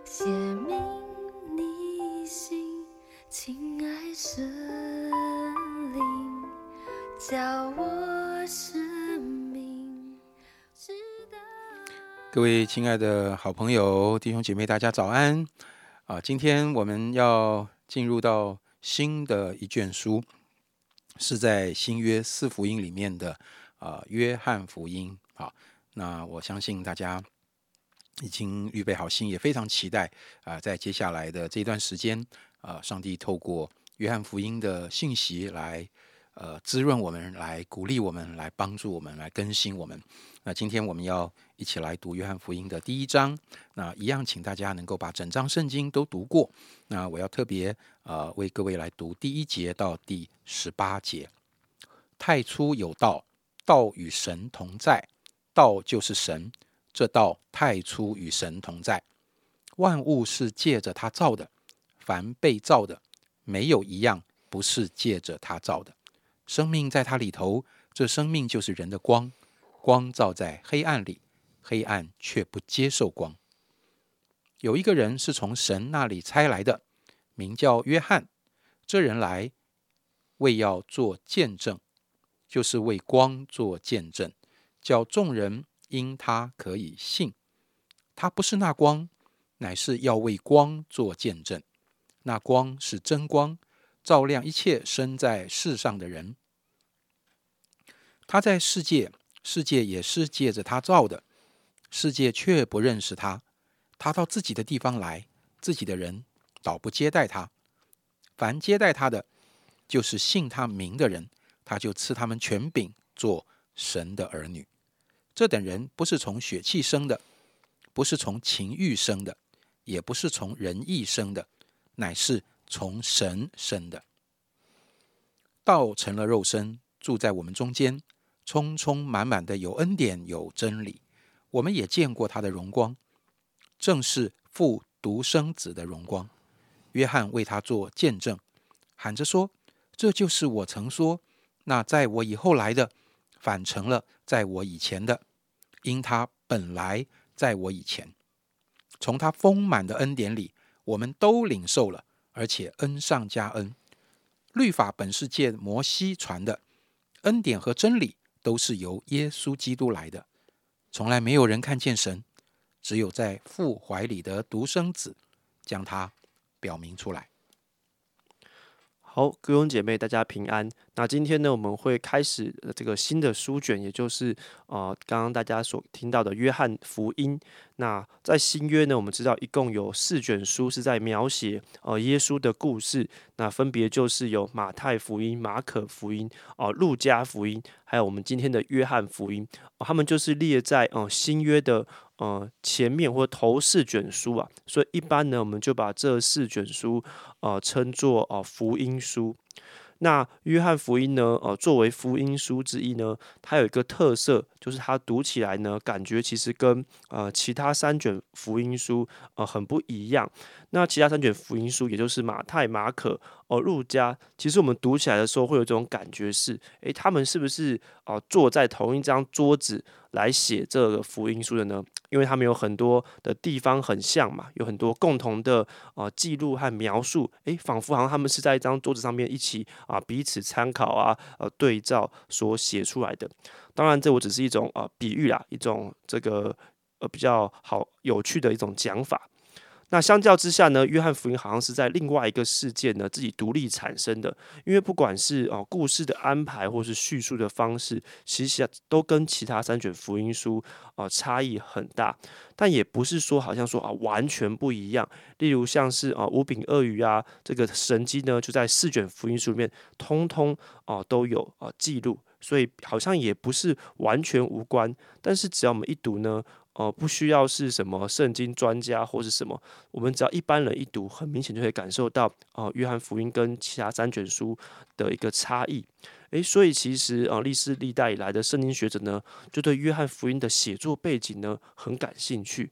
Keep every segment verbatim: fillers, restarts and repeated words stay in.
写明你心，亲爱生灵，叫我生命知道。 各位亲爱的好朋友、弟兄姐妹，大家早安啊！今天我们要进入到新的一卷书，是在新约四福音里面的啊约翰福音啊。那我相信大家已经预备好心，也非常期待啊，在接下来的这段时间啊，上帝透过约翰福音的信息来呃滋润我们，来鼓励我们，来帮助我们，来更新我们。那今天我们要一起来读约翰福音的第一章，那一样请大家能够把整章圣经都读过。那我要特别呃为各位来读第一节到第十八节。太初有道，道与神同在，道就是神，这道太初与神同在。万物是借着他造的，凡被造的，没有一样不是借着他造的。生命在他里头，这生命就是人的光。光照在黑暗里，黑暗却不接受光。有一个人是从神那里差来的，名叫约翰。这人来为要做见证，就是为光做见证，叫众人因他可以信。他不是那光，乃是要为光做见证。那光是真光，照亮一切生在世上的人。他在世界，世界也是借着他造的，世界却不认识他。他到自己的地方来，自己的人倒不接待他。凡接待他的，就是信他名的人，他就赐他们权柄，做神的儿女。这等人不是从血气生的，不是从情欲生的，也不是从人意生的，乃是从神生的。道成了肉身，住在我们中间，充充满满的有恩典有真理。我们也见过他的荣光，正是父独生子的荣光。约翰为他做见证，喊着说：这就是我曾说，那在我以后来的，反成了在我以前的，因他本来在我以前。从他丰满的恩典里，我们都领受了，而且恩上加恩。律法本是借摩西传的，恩典和真理都是由耶稣基督来的。从来没有人看见神，只有在父怀里的独生子将他表明出来。 好，各位弟兄姐妹，大家平安。那今天呢，我们会开始这个新的书卷，也就是呃，刚刚大家所听到的约翰福音。那在新约呢，我们知道一共有四卷书是在描写呃耶稣的故事。那分别就是有马太福音、马可福音、哦、呃、路加福音，还有我们今天的约翰福音。呃、他们就是列在呃新约的呃前面或头四卷书啊。所以一般呢，我们就把这四卷书呃称作呃福音书。那约翰福音呢，呃，作为福音书之一呢，它有一个特色，就是它读起来呢，感觉其实跟呃其他三卷福音书呃很不一样。那其他三卷福音书，也就是马太、马可、哦、路加，其实我们读起来的时候，会有这种感觉是，诶，他们是不是哦、呃、坐在同一张桌子来写这个福音书的呢？因为他们有很多的地方很像嘛，有很多共同的呃记录和描述，诶，仿佛好像他们是在一张桌子上面一起啊、呃、彼此参考啊呃对照所写出来的。当然，这我只是一种啊、呃、比喻啦，一种这个呃比较好有趣的一种讲法。那相较之下呢，约翰福音好像是在另外一个事件呢自己独立产生的，因为不管是哦故事的安排或是叙述的方式，其实都跟其他三卷福音书啊、呃、差异很大，但也不是说好像说啊完全不一样。例如像是啊五饼二鱼啊这个神迹呢，就在四卷福音书里面通通啊、呃、都有啊、呃、记录，所以好像也不是完全无关。但是只要我们一读呢，呃，不需要是什么圣经专家或是什么，我们只要一般人一读，很明显就会感受到，哦、呃，约翰福音跟其他三卷书的一个差异。诶，所以其实呃，历史历代以来的圣经学者呢，就对约翰福音的写作背景呢很感兴趣。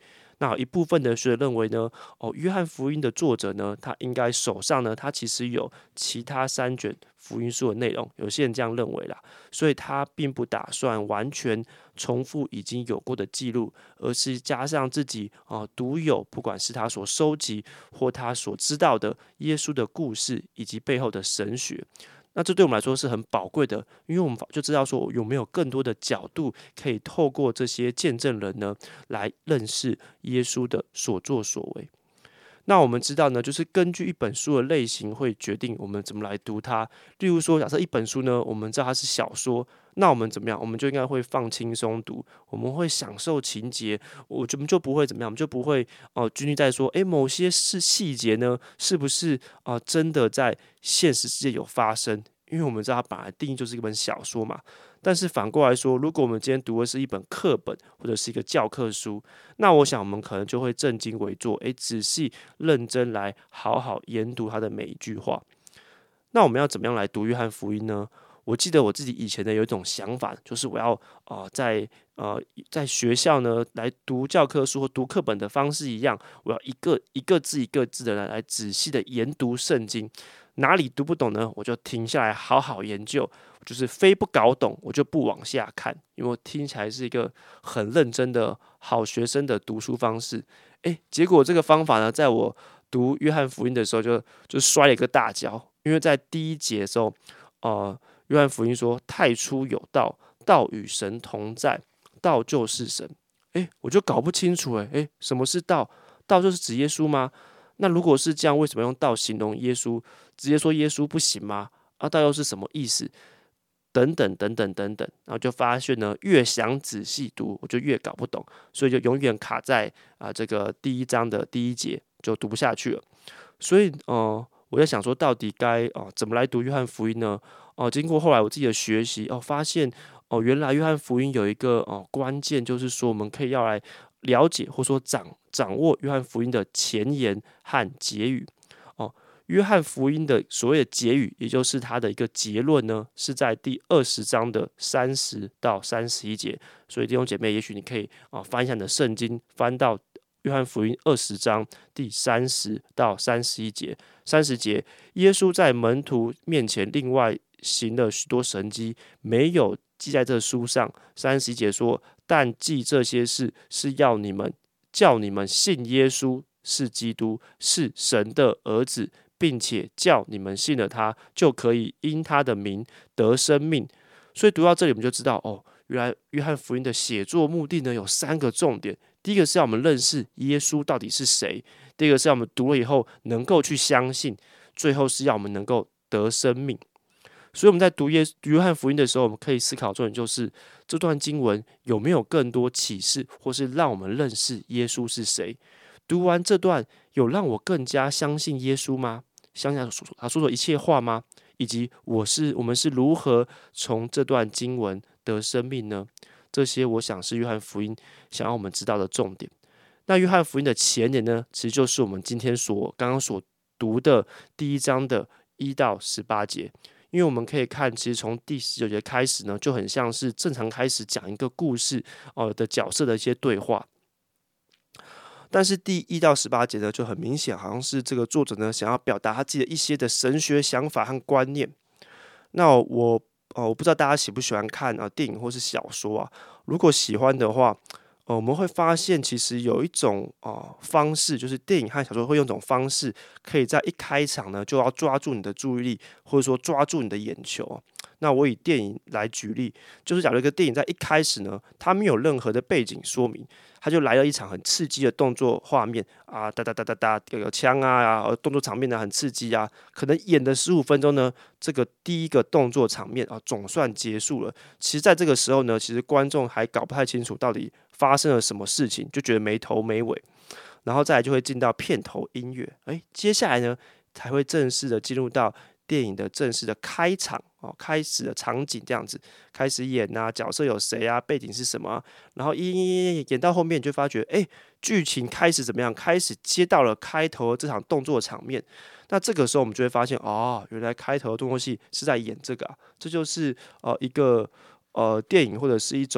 那有一部分的学者认为呢，哦，约翰福音的作者呢，他应该手上呢，他其实有其他三卷福音书的内容，有些人这样认为啦，所以他并不打算完全重复已经有过的记录，而是加上自己啊、呃、独有，不管是他所收集或他所知道的耶稣的故事以及背后的神学。那这对我们来说是很宝贵的，因为我们就知道说有没有更多的角度可以透过这些见证人呢，来认识耶稣的所作所为。那我们知道呢，就是根据一本书的类型会决定我们怎么来读它。例如说，假设一本书呢，我们知道它是小说，那我们怎么样？我们就应该会放轻松读，我们会享受情节，我们就不会怎么样，我们就不会哦、呃，拘泥在说，诶，某些是细节呢，是不是啊、呃、真的在现实世界有发生？因为我们知道它本来定义就是一本小说嘛。但是反过来说，如果我们今天读的是一本课本或者是一个教科书，那我想我们可能就会正襟危坐，诶，仔细认真来好好研读它的每一句话。那我们要怎么样来读约翰福音呢？我记得我自己以前的有一种想法，就是我要啊、呃、在呃在学校呢来读教科书或读课本的方式一样，我要一个一个字一个字的来来仔细的研读圣经。哪里读不懂呢，我就停下来好好研究，就是非不搞懂我就不往下看，因为我听起来是一个很认真的好学生的读书方式。诶，结果这个方法呢，在我读约翰福音的时候就就摔了一个大跤，因为在第一节的时候，呃，约翰福音说太初有道，道与神同在，道就是神。诶，我就搞不清楚诶，诶，什么是道？道就是指耶稣吗？那如果是这样，为什么用道形容耶稣？直接说耶稣不行吗？啊，道又是什么意思？等等等等等等，然后就发现呢，越想仔细读，我就越搞不懂，所以就永远卡在啊、呃、这个第一章的第一节，就读不下去了。所以，呃，我在想说，到底该哦、呃、怎么来读约翰福音呢？哦、呃，经过后来我自己的学习，哦、呃，发现哦、呃，原来约翰福音有一个哦、呃、关键，就是说我们可以要来了解或说掌掌握约翰福音的前言和结语。哦，约翰福音的所谓的结语，也就是它的一个结论呢，是在第二十章的三十到三十一节。所以弟兄姐妹，也许你可以啊翻一下你的圣经，翻到约翰福音二十章第三十到三十一节。三十节，耶稣在门徒面前另外行了许多神迹，没有记在这书上。三十一节说，但记这些事，是要你们叫你们信耶稣是基督，是神的儿子，并且叫你们信了他，就可以因他的名得生命。所以读到这里，我们就知道哦，原来约翰福音的写作目的呢有三个重点。第一个是让我们认识耶稣到底是谁，第二个是让我们读了以后能够去相信，最后是要我们能够得生命。所以我们在读耶约翰福音的时候，我们可以思考重点就是这段经文有没有更多启示，或是让我们认识耶稣是谁。读完这段，有让我更加相信耶稣吗？相信他说的一切话吗？以及我是我们是如何从这段经文得生命呢？这些我想是约翰福音想要我们知道的重点。那约翰福音的前言呢，其实就是我们今天所刚刚所读的第一章的一到十八节。因为我们可以看，其实从第十九节开始呢，就很像是正常开始讲一个故事哦、呃、的角色的一些对话。但是第一到十八节呢，就很明显，好像是这个作者呢想要表达他自己的一些的神学想法和观念。那我哦，我不知道大家喜不喜欢看啊电影或是小说啊？如果喜欢的话，呃，我们会发现其实有一种啊、呃、方式，就是电影和小说会用这种方式，可以在一开场呢就要抓住你的注意力，或者说抓住你的眼球。那我以电影来举例，就是假如一个电影在一开始呢，它没有任何的背景说明，它就来了一场很刺激的动作画面啊，哒哒哒哒哒，有枪啊，动作场面呢很刺激啊，可能演的十五分钟呢，这个第一个动作场面啊总算结束了。其实在这个时候呢，其实观众还搞不太清楚到底发生了什么事情，就觉得没头没尾，然后再来就会进到片头音乐，哎，接下来呢才会正式的进入到电影的正式的开场哦，开始的场景这样子，开始演啊，角色有谁啊，背景是什么、啊，然后演演演演到后面，你就发觉，哎，剧情开始怎么样？开始接到了开头这场动作场面。那这个时候我们就会发现，哦，原来开头的动作戏是在演这个啊，这就是呃一个呃电影或者是一种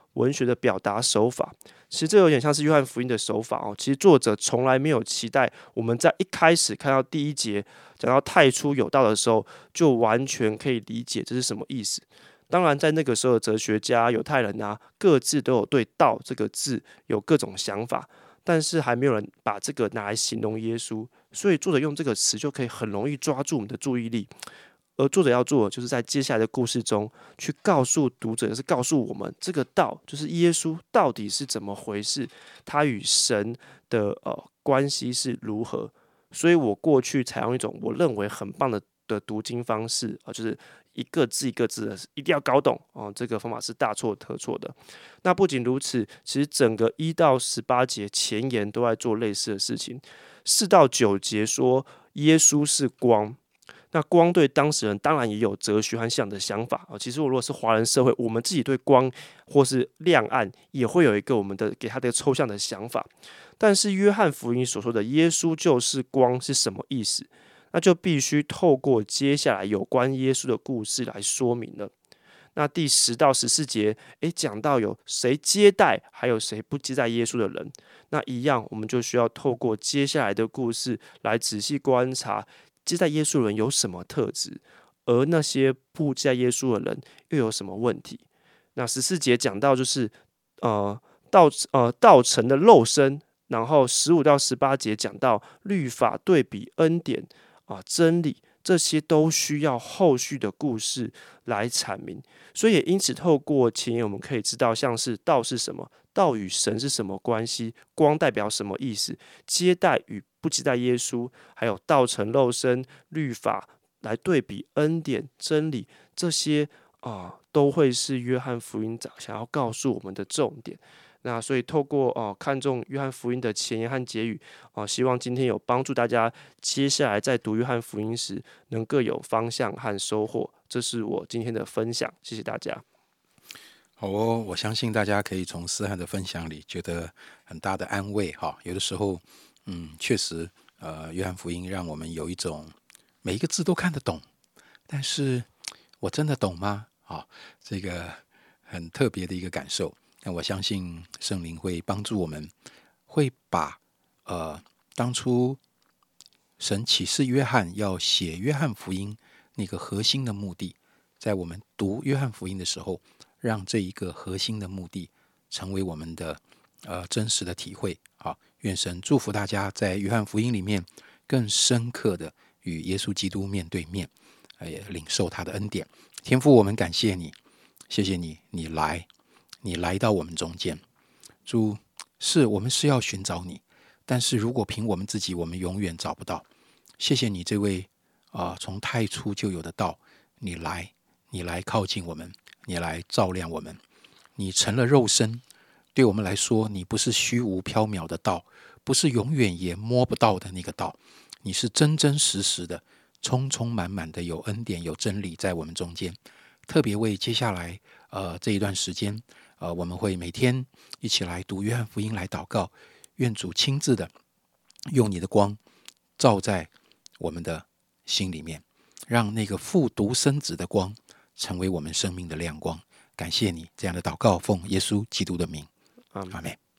文学的表达手法。其实这有点像是约翰福音的手法哦。其实作者从来没有期待我们在一开始看到第一节讲到太初有道的时候，就完全可以理解这是什么意思。当然，在那个时候的哲学家、犹太人啊，各自都有对“道”这个字有各种想法，但是还没有人把这个拿来形容耶稣，所以作者用这个词就可以很容易抓住我们的注意力。而作者要做的，就是在接下来的故事中，去告诉读者，是告诉我们这个道，就是耶稣到底是怎么回事，他与神的呃关系是如何。所以我过去采用一种我认为很棒的的读经方式啊、呃，就是一个字一个字的，一定要搞懂哦、呃。这个方法是大错特错的。那不仅如此，其实整个一到十八节前言都在做类似的事情。四到九节说耶稣是光。那光对当事人当然也有哲学和信仰的想法啊。其实我如果是华人社会，我们自己对光或是亮暗也会有一个我们的给他的抽象的想法。但是约翰福音所说的耶稣就是光是什么意思？那就必须透过接下来有关耶稣的故事来说明了。那第十到十四节，诶，讲到有谁接待，还有谁不接待耶稣的人。那一样，我们就需要透过接下来的故事来仔细观察接待耶稣的人有什么特质，而那些不接待耶稣的人又有什么问题。那十四节讲到就是呃道呃道成的肉身，然后十五到十八节讲到律法对比恩典啊、呃、真理，这些都需要后续的故事来阐明。所以也因此透过前言我们可以知道，像是道是什么，道与神是什么关系，光代表什么意思，接待与不接待耶稣，还有道成肉身、律法来对比恩典、真理，这些啊、呃、都会是约翰福音长想要告诉我们的重点。那所以透过哦、呃、看重约翰福音的前言和结语哦、呃，希望今天有帮助大家接下来在读约翰福音时能各有方向和收获。这是我今天的分享，谢谢大家。 好哦，我相信大家可以从思翰的分享里觉得很大的安慰哈。有的时候，嗯，确实，呃，约翰福音让我们有一种每一个字都看得懂，但是我真的懂吗？啊，这个很特别的一个感受。那我相信圣灵会帮助我们，会把呃当初神启示约翰要写约翰福音那个核心的目的，在我们读约翰福音的时候，让这一个核心的目的成为我们的呃真实的体会啊！愿神祝福大家在约翰福音里面更深刻的与耶稣基督面对面，也领受他的恩典。天父，我们感谢你，谢谢你，你来，你来到我们中间。主，是我们是要寻找你，但是如果凭我们自己，我们永远找不到。谢谢你这位啊、呃，从太初就有的道，你来，你来靠近我们，你来照亮我们，你成了肉身。对我们来说，你不是虚无缥缈的道，不是永远也摸不到的那个道，你是真真实实的，充充满满的有恩典有真理在我们中间。特别为接下来呃这一段时间，呃我们会每天一起来读约翰福音来祷告，愿主亲自的用你的光照在我们的心里面，让那个父独生子的光成为我们生命的亮光。感谢你这样的祷告，奉耶稣基督的名，阿们。